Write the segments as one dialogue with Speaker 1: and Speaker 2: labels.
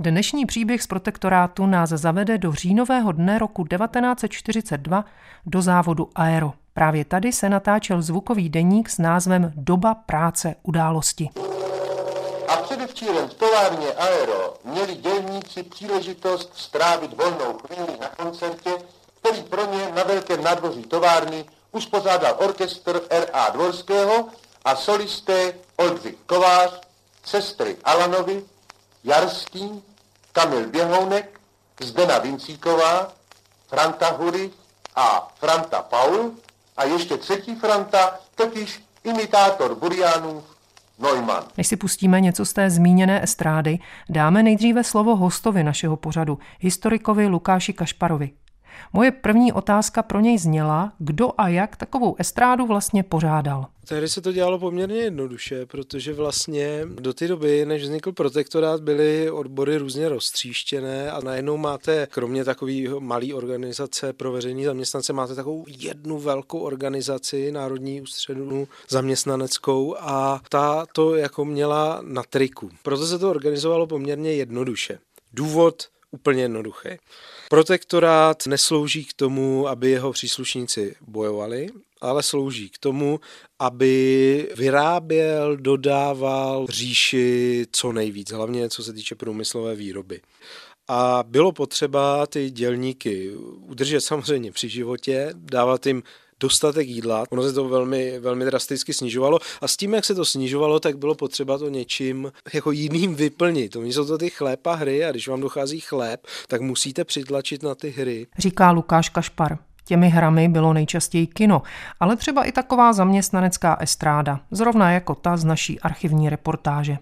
Speaker 1: Dnešní příběh z protektorátu nás zavede do říjnového dne roku 1942 do závodu Aero. Právě tady se natáčel zvukový deník s názvem Doba práce události.
Speaker 2: A předevčírem v továrně Aero měli dělníci příležitost strávit volnou chvíli na koncertě, který pro ně na velkém nádvoří továrny uspořádal orchestr R.A. Dvorského a solisté Oldřich Kovář, sestry Alanovi, Jarský, Kamil Běhounek, Zdena Vincíková, Franta Hury a Franta Paul a ještě třetí Franta, totiž imitátor Buriánův Neumann.
Speaker 1: Než si pustíme něco z té zmíněné estrády, dáme nejdříve slovo hostovi našeho pořadu, historikovi Lukáši Kašparovi. Moje první otázka pro něj zněla, kdo a jak takovou estrádu vlastně pořádal.
Speaker 3: Tehdy se to dělalo poměrně jednoduše, protože vlastně do té doby, než vznikl protektorát, byly odbory různě roztříštěné a najednou máte, kromě takové malé organizace pro veřejné zaměstnance, máte takovou jednu velkou organizaci, Národní ústřednu zaměstnaneckou, a ta to jako měla na triku. Proto se to organizovalo poměrně jednoduše. Důvod úplně jednoduchý. Protektorát neslouží k tomu, aby jeho příslušníci bojovali, ale slouží k tomu, aby vyráběl, dodával říši co nejvíc, hlavně co se týče průmyslové výroby. A bylo potřeba ty dělníky udržet samozřejmě při životě, dávat jim dostatek jídla. Ono se to velmi, velmi drasticky snižovalo a s tím, jak se to snižovalo, tak bylo potřeba to něčím jako jiným vyplnit. Oni jsou to ty chléb a hry a když vám dochází chléb, tak musíte přitlačit na ty hry.
Speaker 1: Říká Lukáš Kašpar. Těmi hrami bylo nejčastěji kino, ale třeba i taková zaměstnanecká estráda, zrovna jako ta z naší archivní reportáže.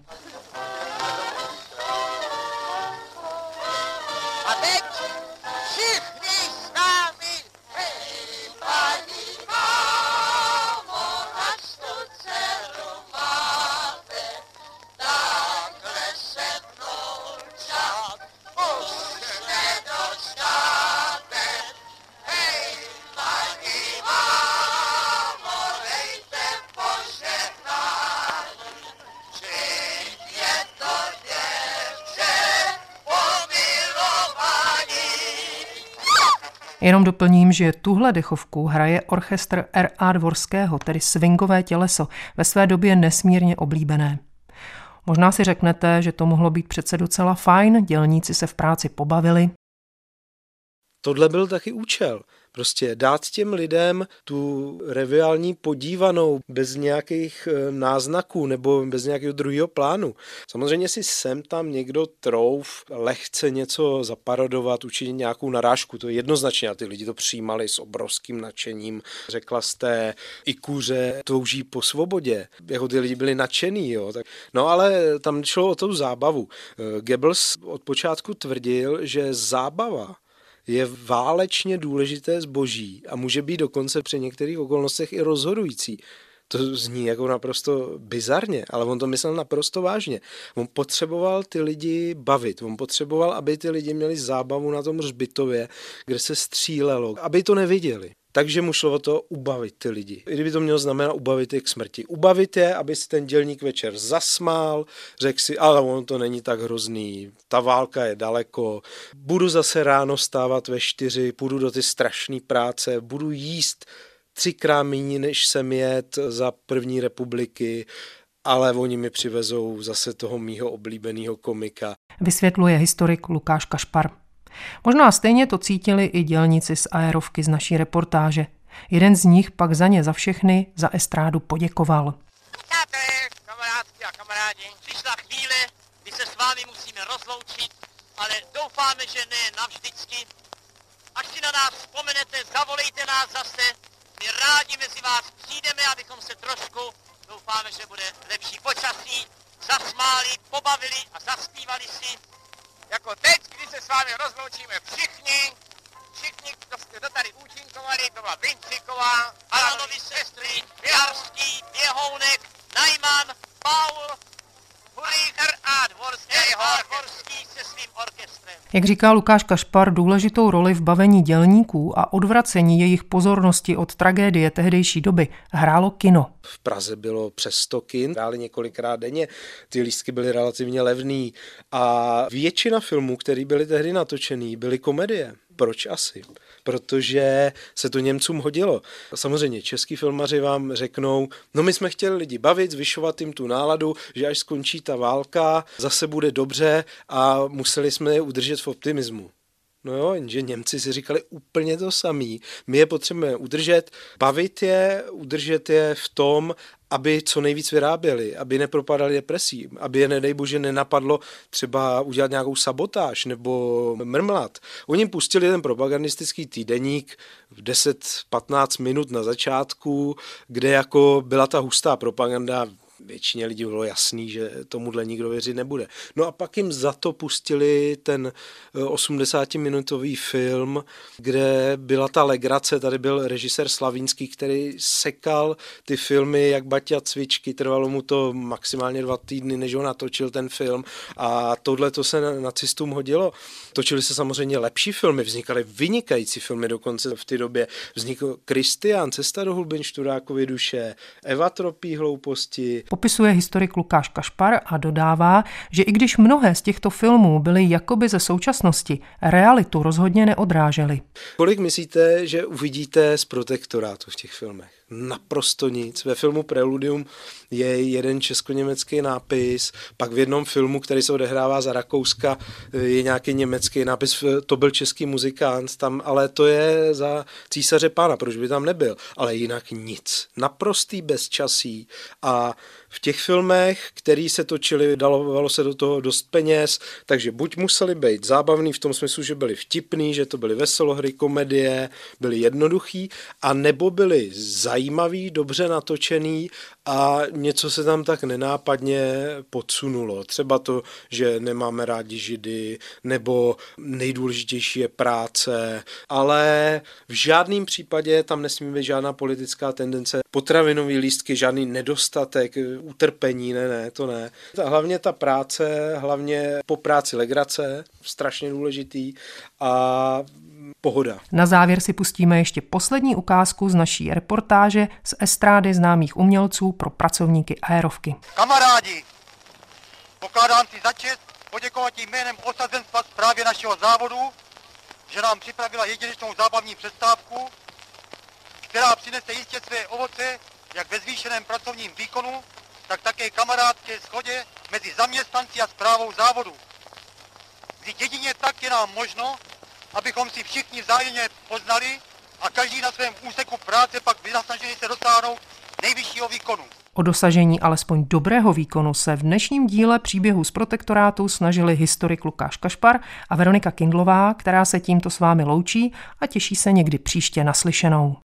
Speaker 1: Jenom doplním, že tuhle dechovku hraje orchestr R.A. Dvorského, tedy swingové těleso, ve své době nesmírně oblíbené. Možná si řeknete, že to mohlo být přece docela fajn, dělníci se v práci pobavili.
Speaker 3: Tohle byl taky účel. Prostě dát těm lidem tu reviální podívanou bez nějakých náznaků nebo bez nějakého druhého plánu. Samozřejmě si sem tam někdo trouf lehce něco zaparodovat, učinit nějakou narážku, to je jednoznačně a ty lidi to přijímali s obrovským nadšením. Řekla jste, i kuře touží po svobodě, jako ty lidi byli nadšený. Jo. No ale tam šlo o tu zábavu. Goebbels od počátku tvrdil, že zábava je válečně důležité zboží a může být dokonce při některých okolnostech i rozhodující. To zní jako naprosto bizarně, ale on to myslel naprosto vážně. On potřeboval ty lidi bavit, on potřeboval, aby ty lidi měli zábavu na tom hřbitově, kde se střílelo, aby to neviděli. Takže mu šlo o to ubavit ty lidi. I kdyby to mělo znamenat ubavit je k smrti. Ubavit je, aby si ten dělník večer zasmál, řekl si, ale on to není tak hrozný, ta válka je daleko, budu zase ráno stávat ve 4, půjdu do ty strašné práce, budu jíst 3krát méně, než jsem jet za první republiky, ale oni mi přivezou zase toho mýho oblíbeného komika.
Speaker 1: Vysvětluje historik Lukáš Kašpar. Možná stejně to cítili i dělníci z Aerovky z naší reportáže. Jeden z nich pak za ně za všechny za estrádu poděkoval.
Speaker 4: Přátelé, kamarádky a kamarádi, přišla chvíle, kdy se s vámi musíme rozloučit, ale doufáme, že ne navždycky. Až si na nás vzpomenete, zavolejte nás zase, my rádi mezi vás přijdeme, abychom se trošku, doufáme, že bude lepší počasí, zasmáli, pobavili a zaspívali si. Jako teď, když se s vámi rozloučíme všichni, kdo tady účinkovali, to byla Vincíková, Alanovi sestry, Jarský, Běhounek, Neumann, Paul, Hurík, R.A. Dvorský se svým orchestrem.
Speaker 1: Jak říká Lukáš Kašpar, důležitou roli v bavení dělníků a odvracení jejich pozornosti od tragédie tehdejší doby hrálo kino.
Speaker 3: V Praze bylo přes 100 kin, hráli několikrát denně, ty lístky byly relativně levný a většina filmů, které byly tehdy natočený, byly komedie. Proč asi? Protože se to Němcům hodilo. Samozřejmě český filmaři vám řeknou, no my jsme chtěli lidi bavit, zvyšovat jim tu náladu, že až skončí ta válka, zase bude dobře a museli jsme je udržet v optimismu. No jo, jenže Němci si říkali úplně to samý. My je potřebujeme udržet, bavit je, udržet je v tom, aby co nejvíc vyráběli, aby nepropadali depresí, aby je, nedej bože, nenapadlo třeba udělat nějakou sabotáž nebo mrmlat. Oni pustili ten propagandistický týdeník v 10-15 minut na začátku, kde jako byla ta hustá propaganda. Většině lidí bylo jasný, že tomuhle nikdo věřit nebude. No a pak jim za to pustili ten 80-minutový film, kde byla ta legrace, tady byl režisér Slavínský, který sekal ty filmy jak Baťa cvičky, trvalo mu to maximálně 2 týdny, než ho natočil ten film a tohle to se nacistům hodilo. Točili se samozřejmě lepší filmy, vznikaly vynikající filmy dokonce v té době. Vznikl Kristián, Cesta do hlubin Študákovy duše, Eva Tropí hlouposti.
Speaker 1: Popisuje historik Lukáš Kašpar a dodává, že i když mnohé z těchto filmů byly jakoby ze současnosti, realitu rozhodně neodrážely.
Speaker 3: Kolik myslíte, že uvidíte z protektorátu v těch filmech? Naprosto nic. Ve filmu Preludium je jeden česko-německý nápis, pak v jednom filmu, který se odehrává za Rakouska, je nějaký německý nápis, to byl český muzikant, tam, ale to je za Císaře pána, proč by tam nebyl? Ale jinak nic. Naprostý bezčasí a v těch filmech, který se točili, dalovalo se do toho dost peněz, takže buď museli být zábavný v tom smyslu, že byli vtipný, že to byly veselohry, komedie, byly jednoduchý, a nebo byly zajímavý, dobře natočený a něco se tam tak nenápadně podsunulo. Třeba to, že nemáme rádi Židy, nebo nejdůležitější je práce, ale v žádném případě tam nesmí být žádná politická tendence, potravinový lístky, žádný nedostatek, utrpení, ne, to ne. Hlavně ta práce, hlavně po práci legrace, strašně důležitý, a pohoda.
Speaker 1: Na závěr si pustíme ještě poslední ukázku z naší reportáže z estrády známých umělců pro pracovníky aerovky.
Speaker 5: Kamarádi, pokládám si za čest poděkovat jménem osazenstva správě našeho závodu, že nám připravila jedinečnou zábavní přestávku, která přinese jistě své ovoce jak ve zvýšeném pracovním výkonu, tak také kamarádské shodě mezi zaměstnanci a správou závodu. Vždyť jedině tak je nám možno, abychom si všichni vzájemně poznali a každý na svém úseku práce pak vynasnažili se dosáhnout nejvyššího výkonu.
Speaker 1: O dosažení alespoň dobrého výkonu se v dnešním díle Příběhů z protektorátu snažili historik Lukáš Kašpar a Veronika Kindlová, která se tímto s vámi loučí a těší se někdy příště naslyšenou.